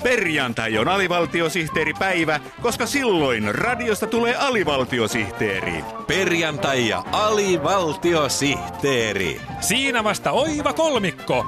Perjantai on alivaltiosihteeripäivä, koska silloin radiosta tulee alivaltiosihteeri. Perjantai ja alivaltiosihteeri. Siinä vasta oiva kolmikko.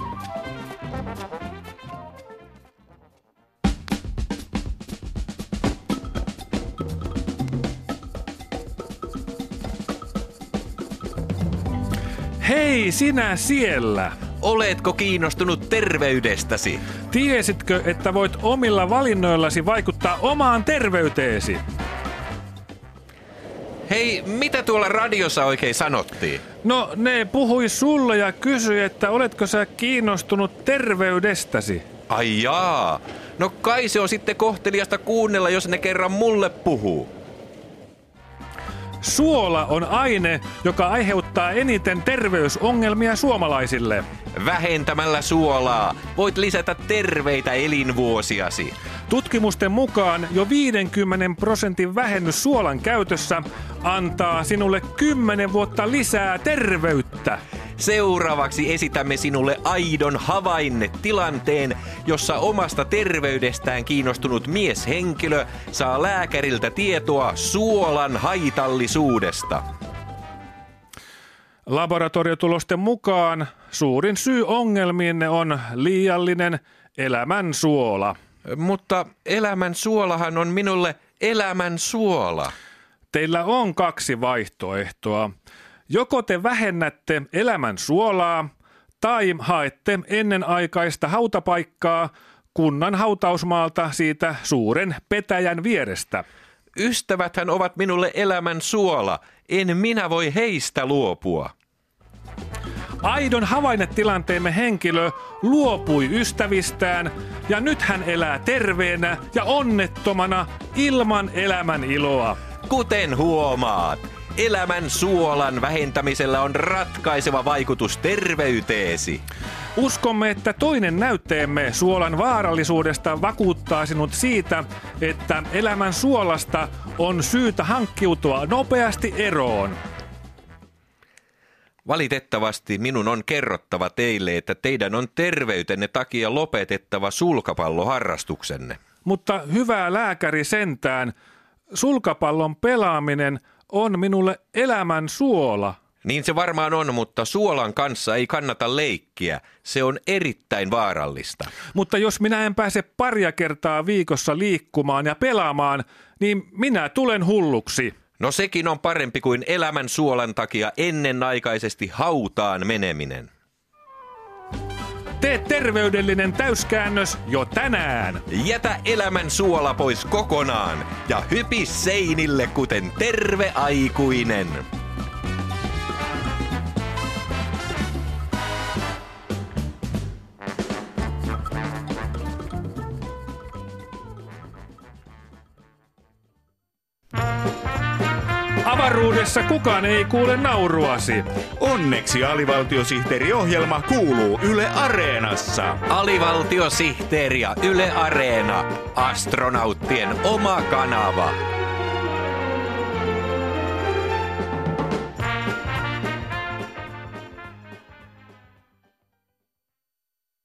Hei sinä siellä! Oletko kiinnostunut terveydestäsi? Tiesitkö, että voit omilla valinnoillasi vaikuttaa omaan terveyteesi? Hei, mitä tuolla radiossa oikein sanottiin? No, ne puhui sulle ja kysyi, että oletko sä kiinnostunut terveydestäsi? Ai jaa. No kai se on sitten kohteliasta kuunnella, jos ne kerran mulle puhuu. Suola on aine, joka aiheuttaa eniten terveysongelmia suomalaisille. Vähentämällä suolaa voit lisätä terveitä elinvuosiasi. Tutkimusten mukaan jo 50% vähennys suolan käytössä antaa sinulle 10 vuotta lisää terveyttä. Seuraavaksi esitämme sinulle aidon havainnetilanteen, jossa omasta terveydestään kiinnostunut mieshenkilö saa lääkäriltä tietoa suolan haitallisuudesta. Laboratoriotulosten mukaan suurin syy ongelmiinne on liiallinen elämän suola. Mutta elämän suolahan on minulle elämän suola. Teillä on 2 vaihtoehtoa. Joko te vähennätte elämän suolaa tai haette ennenaikaista hautapaikkaa kunnan hautausmaalta siitä suuren petäjän vierestä. Ystäväthän ovat minulle elämän suola. En minä voi heistä luopua. Aidon havainnetilanteemme henkilö luopui ystävistään ja nyt hän elää terveenä ja onnettomana ilman elämän iloa. Kuten huomaat, elämän suolan vähentämisellä on ratkaiseva vaikutus terveyteesi. Uskomme, että toinen näytteemme suolan vaarallisuudesta vakuuttaa sinut siitä, että elämän suolasta on syytä hankkiutua nopeasti eroon. Valitettavasti minun on kerrottava teille, että teidän on terveytenne takia lopetettava sulkapalloharrastuksenne. Mutta hyvä lääkäri sentään, sulkapallon pelaaminen on minulle elämän suola. Niin se varmaan on, mutta suolan kanssa ei kannata leikkiä. Se on erittäin vaarallista. Mutta jos minä en pääse paria kertaa viikossa liikkumaan ja pelaamaan, niin minä tulen hulluksi. No sekin on parempi kuin elämän suolan takia ennenaikaisesti hautaan meneminen. Tee terveydellinen täyskäännös jo tänään. Jätä elämän suola pois kokonaan ja hypi seinille kuten terve aikuinen. Avaruudessa kukaan ei kuule nauruasi. Onneksi alivaltiosihteeriohjelma kuuluu Yle Areenassa. Alivaltiosihteeri ja Yle Areena. Astronauttien oma kanava.